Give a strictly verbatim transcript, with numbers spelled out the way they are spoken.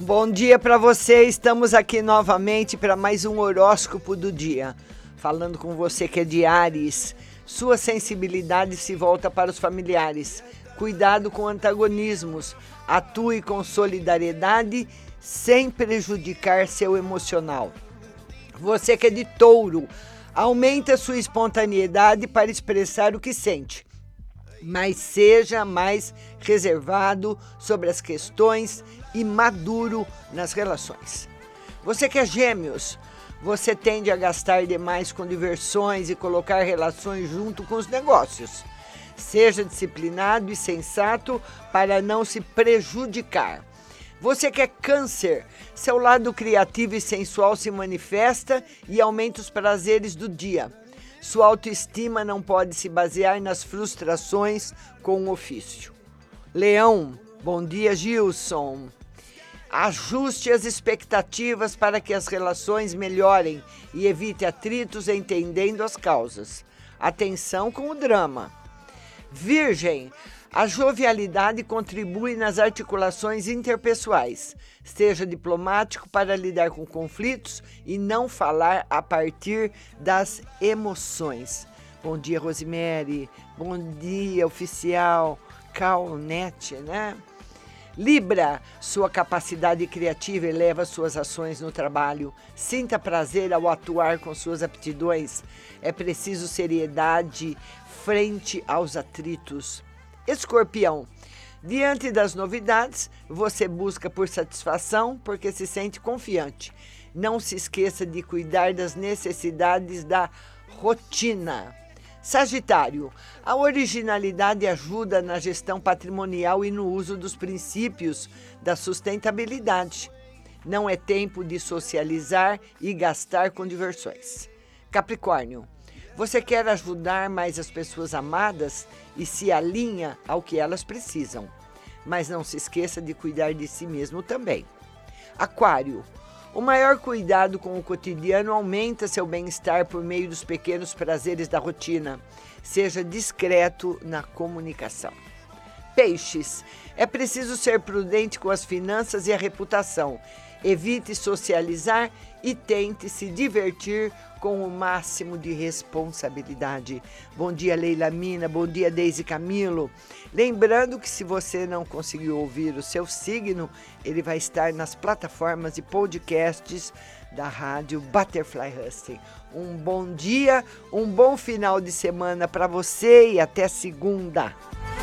Bom dia para você, estamos aqui novamente para mais um horóscopo do dia. Falando com você que é de Áries, sua sensibilidade se volta para os familiares. Cuidado com antagonismos, atue com solidariedade sem prejudicar seu emocional. Você que é de Touro, aumenta sua espontaneidade para expressar o que sente, mas seja mais reservado sobre as questões e maduro nas relações. Você que é Gêmeos, você tende a gastar demais com diversões e colocar relações junto com os negócios. Seja disciplinado e sensato para não se prejudicar. Você que é Câncer, seu lado criativo e sensual se manifesta e aumenta os prazeres do dia. Sua autoestima não pode se basear nas frustrações com o ofício. Leão, bom dia, Gilson. Ajuste as expectativas para que as relações melhorem e evite atritos entendendo as causas. Atenção com o drama. Virgem, a jovialidade contribui nas articulações interpessoais. Seja diplomático para lidar com conflitos e não falar a partir das emoções. Bom dia, Rosemary. Bom dia, oficial Calnete, né? Libra, sua capacidade criativa eleva suas ações no trabalho. Sinta prazer ao atuar com suas aptidões. É preciso seriedade frente aos atritos. Escorpião, diante das novidades, você busca por satisfação porque se sente confiante. Não se esqueça de cuidar das necessidades da rotina. Sagitário, a originalidade ajuda na gestão patrimonial e no uso dos princípios da sustentabilidade. Não é tempo de socializar e gastar com diversões. Capricórnio, você quer ajudar mais as pessoas amadas e se alinha ao que elas precisam. Mas não se esqueça de cuidar de si mesmo também. Aquário, o maior cuidado com o cotidiano aumenta seu bem-estar por meio dos pequenos prazeres da rotina. Seja discreto na comunicação. Peixes, é preciso ser prudente com as finanças e a reputação. Evite socializar e tente se divertir com o máximo de responsabilidade. Bom dia, Leila Mina. Bom dia, Deise Camilo. Lembrando que se você não conseguiu ouvir o seu signo, ele vai estar nas plataformas e podcasts da rádio Butterfly Husting. Um bom dia, um bom final de semana para você e até segunda.